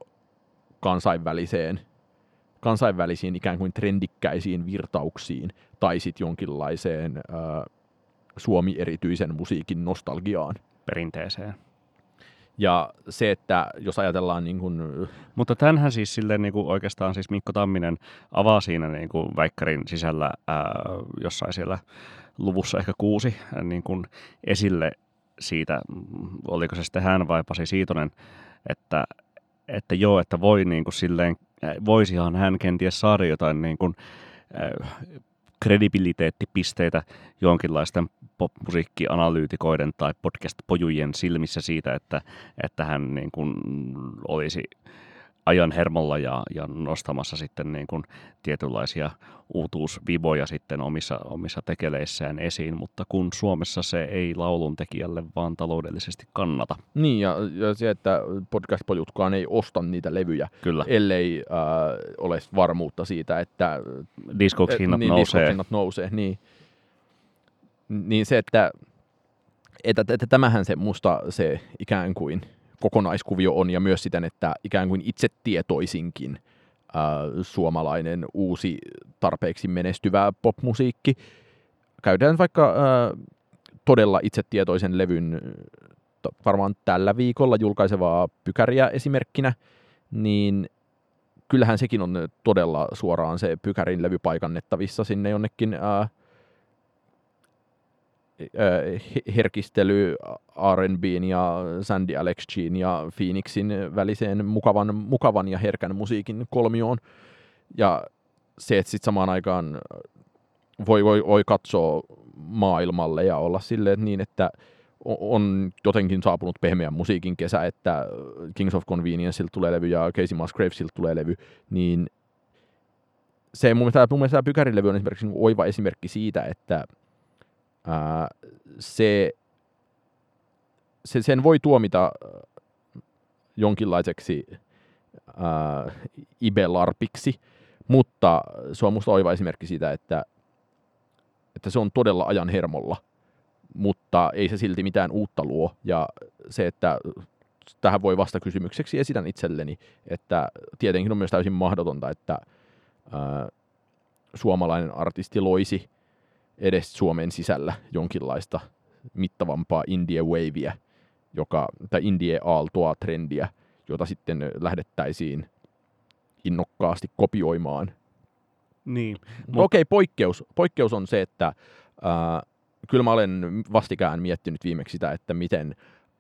kansainvälisiin ikään kuin trendikkäisiin virtauksiin tai sitten jonkinlaiseen Suomi-erityisen musiikin nostalgiaan. Perinteeseen. Ja se, että jos ajatellaan niin kuin... Mutta tämänhän siis silleen niin kuin oikeastaan siis Mikko Tamminen avaa siinä niin kuin väikkärin sisällä jossain siellä luvussa ehkä 6 niin kuin esille siitä, oliko se sitten hän vai Pasi Siitonen, että joo, että voi niin kuin silleen, voisihan hän kenties saada jotain niin kuin kredibiliteettipisteitä jonkinlaisten popmusiikkianalyytikoiden tai podcast-pojujen silmissä siitä, että hän niin kuin olisi ajan hermolla ja nostamassa sitten niin kuin tietynlaisia uutuusviboja sitten omissa tekeleissään esiin, mutta kun Suomessa se ei lauluntekijälle vaan taloudellisesti kannata. Niin, ja se, että podcast-pojutkaan ei osta niitä levyjä, Kyllä. Ellei ole varmuutta siitä, että Discogs-hinnat nousee. Niin se, että tämähän se musta se ikään kuin kokonaiskuvio on, ja myös siten, että ikään kuin itsetietoisinkin suomalainen uusi tarpeeksi menestyvä popmusiikki. Käydään vaikka todella itsetietoisen levyn varmaan tällä viikolla julkaisevaa Pykäriä esimerkkinä, niin kyllähän sekin on todella suoraan se Pykärin levy paikannettavissa sinne jonnekin herkistely R&B:n ja Sandy Alex G:n ja Phoenixin väliseen mukavan ja herkän musiikin kolmioon. Ja se, että sitten samaan aikaan voi katsoa maailmalle ja olla silleen niin, että on jotenkin saapunut pehmeän musiikin kesä, että Kings of Convenienceilta tulee levy ja Casey Musgravesilta tulee levy, niin se mun mielestä Pykärin levy on esimerkiksi oiva esimerkki siitä, että sen voi tuomita jonkinlaiseksi ibelarpiksi, mutta se on musta oiva esimerkki siitä, että se on todella ajan hermolla, mutta ei se silti mitään uutta luo. Ja se, että tähän voi vasta kysymykseksi esitän itselleni, että tietenkin on myös täysin mahdotonta, että suomalainen artisti loisi edes Suomen sisällä jonkinlaista mittavampaa indie-waveä, tai indie-aaltoa, trendiä, jota sitten lähdettäisiin innokkaasti kopioimaan. Niin. Okei, poikkeus on se, että kyllä mä olen vastikään miettinyt viimeksi sitä, että miten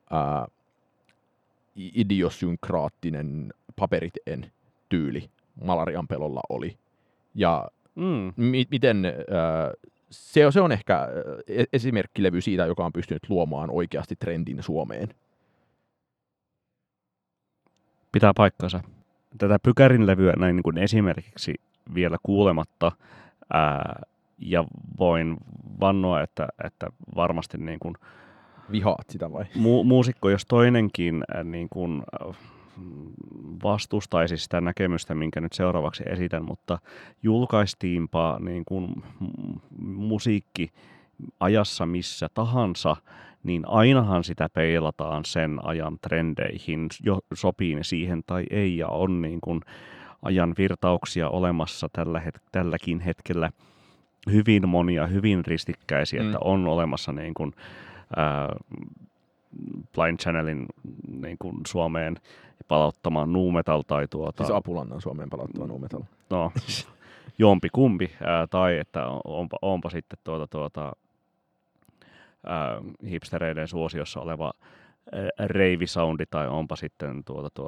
idiosynkraattinen Paperiteen tyyli Malarian pelolla oli. Ja miten se on ehkä esimerkkilevy siitä, joka on pystynyt luomaan oikeasti trendin Suomeen. Pitää paikkansa. tätä Pykärin levyä näin niin kuin esimerkiksi vielä kuulematta, ja voin vannoa, että varmasti niin kuin Vihaat sitä vai? Muusikko, jos toinenkin niin kuin vastustaisi sitä näkemystä, minkä nyt seuraavaksi esitän, mutta julkaistiinpa niin kuin musiikki ajassa missä tahansa, niin ainahan sitä peilataan sen ajan trendeihin, sopii ne siihen tai ei, ja on niin kuin ajan virtauksia olemassa tälläkin hetkellä hyvin monia, hyvin ristikkäisiä, että on olemassa niin kuin, Blind Channelin niin kuin Suomeen palauttama nu metal tai Siis Apulannan Suomeen palauttama nu metal. No, jompi kumpi, tai että onpa sitten hipstereiden suosiossa oleva reivisoundi, tai onpa sitten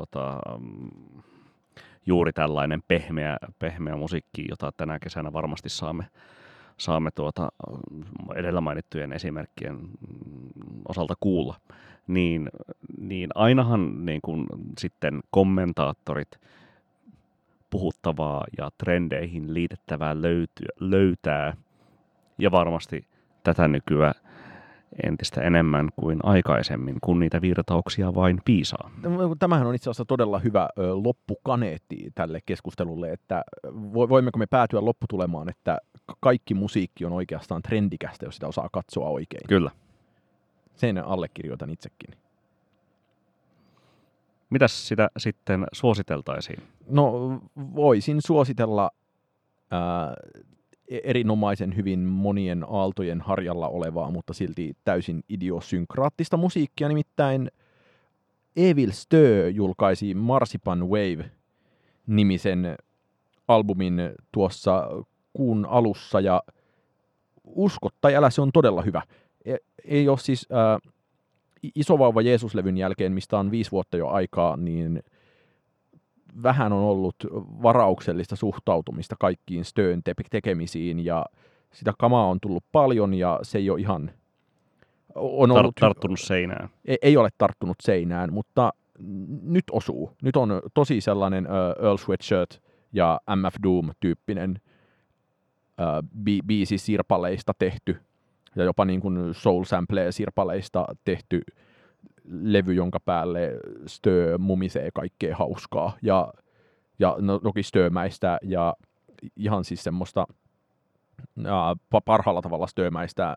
juuri tällainen pehmeä musiikki, jota tänä kesänä varmasti saamme edellä mainittujen esimerkkien osalta kuulla, niin ainahan niin kuin sitten kommentaattorit puhuttavaa ja trendeihin liitettävää löytää, ja varmasti tätä nykyään entistä enemmän kuin aikaisemmin, kun niitä virtauksia vain piisaa. Tämähän on itse asiassa todella hyvä loppukaneetti tälle keskustelulle, että voimmeko me päätyä lopputulemaan, että kaikki musiikki on oikeastaan trendikästä, jos sitä osaa katsoa oikein. Kyllä. Sen allekirjoitan itsekin. Mitäs sitä sitten suositeltaisiin? No, voisin suositella erinomaisen hyvin monien aaltojen harjalla olevaa, mutta silti täysin idiosynkraattista musiikkia, nimittäin Evil Stö julkaisi Marzipan Wave-nimisen albumin tuossa kuun alussa, ja usko tai älä, se on todella hyvä. Ei ole siis Isovauva Jeesus-levyn jälkeen, mistä on 5 vuotta jo aikaa, niin vähän on ollut varauksellista suhtautumista kaikkiin Stön tekemisiin, ja sitä kamaa on tullut paljon, ja se ei ole ihan tarttunut seinään. Ei ole tarttunut seinään, mutta nyt osuu. Nyt on tosi sellainen Earl Sweatshirt ja MF Doom-tyyppinen biisi sirpaleista tehty, ja jopa niin kuin soul sample sirpaleista tehty levy, jonka päälle Stö mumisee kaikkea hauskaa ja toki stömäistä ja ihan siis semmoista parhaalla tavalla stömäistä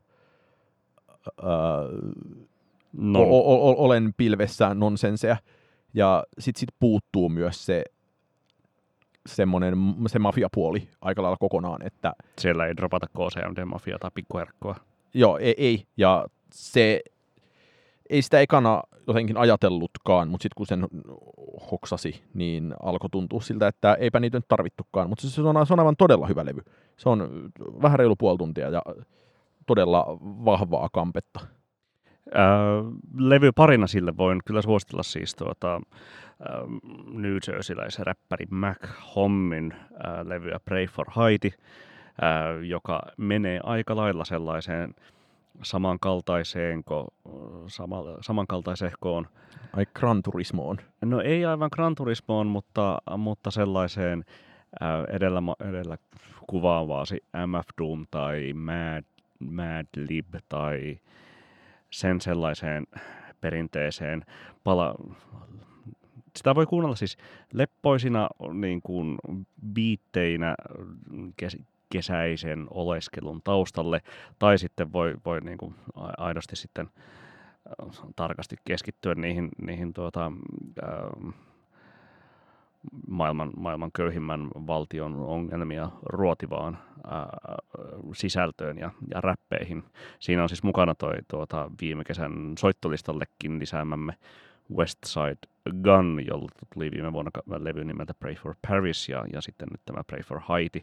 olen pilvessä nonsenseä, ja sit puuttuu myös se mafiapuoli aika lailla kokonaan, että siellä ei dropata KCMD-mafiaa tai pikkuherkkoa. Joo, ei, ja se ei sitä ekana jotenkin ajatellutkaan, mutta sitten kun sen hoksasi, niin alkoi tuntua siltä, että eipä niitä nyt tarvittukaan, mutta se on aivan todella hyvä levy. Se on vähän reilu puoli tuntia ja todella vahvaa kampetta. Levyparina sille voin kyllä suositella siis New Jerseyläisen räppäri Mac Hommin levyä Pray for Haiti, joka menee aika lailla sellaiseen samankaltaisehkoon. Ai Gran Turismoon? No ei aivan Gran Turismoon, mutta sellaiseen edellä kuvaavaasi MF Doom tai Mad Lib tai sen sellaiseen perinteiseen sitä voi kuunnella siis leppoisina niin kuin biitteinä kesäisen oleskelun taustalle, tai sitten voi niin kuin aidosti sitten tarkasti keskittyä niihin maailman köyhimmän valtion ongelmia ruotivaan sisältöön ja räppeihin. Siinä on siis mukana viime kesän soittolistallekin lisäämämme West Side Gun, jolla tuli viime vuonna levy nimeltä Pray for Paris, ja sitten nyt tämä Pray for Haiti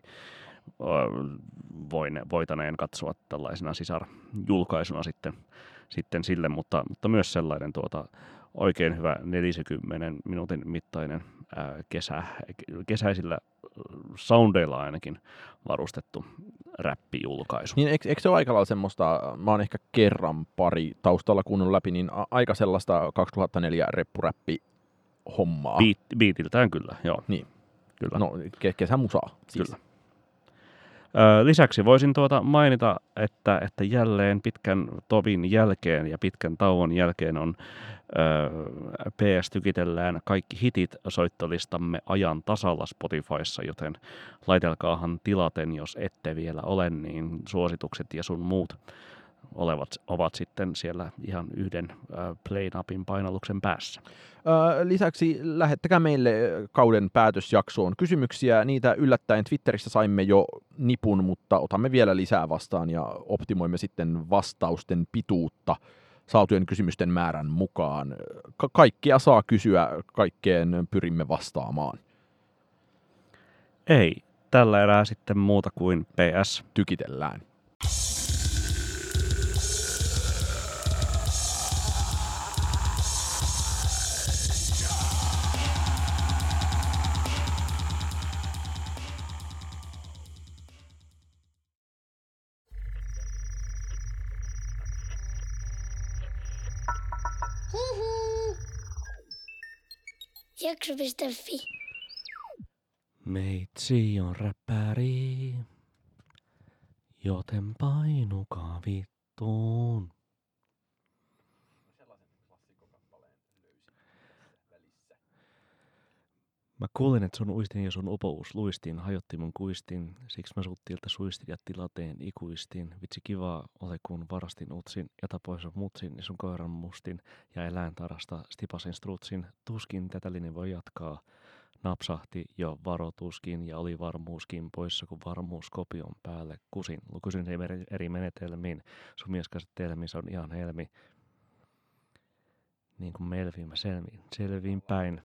voitaneen katsoa tällaisena sisarjulkaisuna sitten sille, mutta myös sellainen oikein hyvä 40 minuutin mittainen kesäisillä soundeilla ainakin varustettu räppijulkaisu. Niin, eikö se ole aika lailla semmoista, mä oon ehkä kerran pari taustalla kuunnellut läpi, niin aika sellaista 2004 reppuräppi hommaa. Beatiltään kyllä, joo. Niin. Kyllä. No, kesämusaa siis. Kyllä. Lisäksi voisin mainita, että jälleen pitkän tovin jälkeen ja pitkän tauon jälkeen on PS-tykitellään kaikki hitit soittolistamme ajan tasalla Spotifyssa, joten laitelkaahan tilaten, jos ette vielä ole, niin suositukset ja sun muut ovat sitten siellä ihan yhden play-napin painalluksen päässä. Lisäksi lähettäkää meille kauden päätösjaksoon kysymyksiä. Niitä yllättäen Twitterissä saimme jo nipun, mutta otamme vielä lisää vastaan ja optimoimme sitten vastausten pituutta saatujen kysymysten määrän mukaan. Kaikkea saa kysyä, kaikkeen pyrimme vastaamaan. Ei, tällä erää sitten muuta kuin PS. Tykitellään. Jakso.fi. Meitsi on räppäri, joten painukaa vittuun. Mä kuulin, että sun uistin ja sun upous luistin hajotti mun kuistin, siksi mä suttilta suistin ja tilateen ikuistin. Vitsi kivaa ole kun varastin utsin ja tapoin sun mutsin ja sun koiran mustin ja eläintarasta stipasin strutsin. Tuskin tätä linja voi jatkaa. Napsahti jo varotuskin ja oli varmuuskin poissa, kun varmuus kopion päälle kusin. Lukuisin eri menetelmiin. Sun mieskasetelmissä on ihan helmi. Niin kuin Melvin mä selviin päin.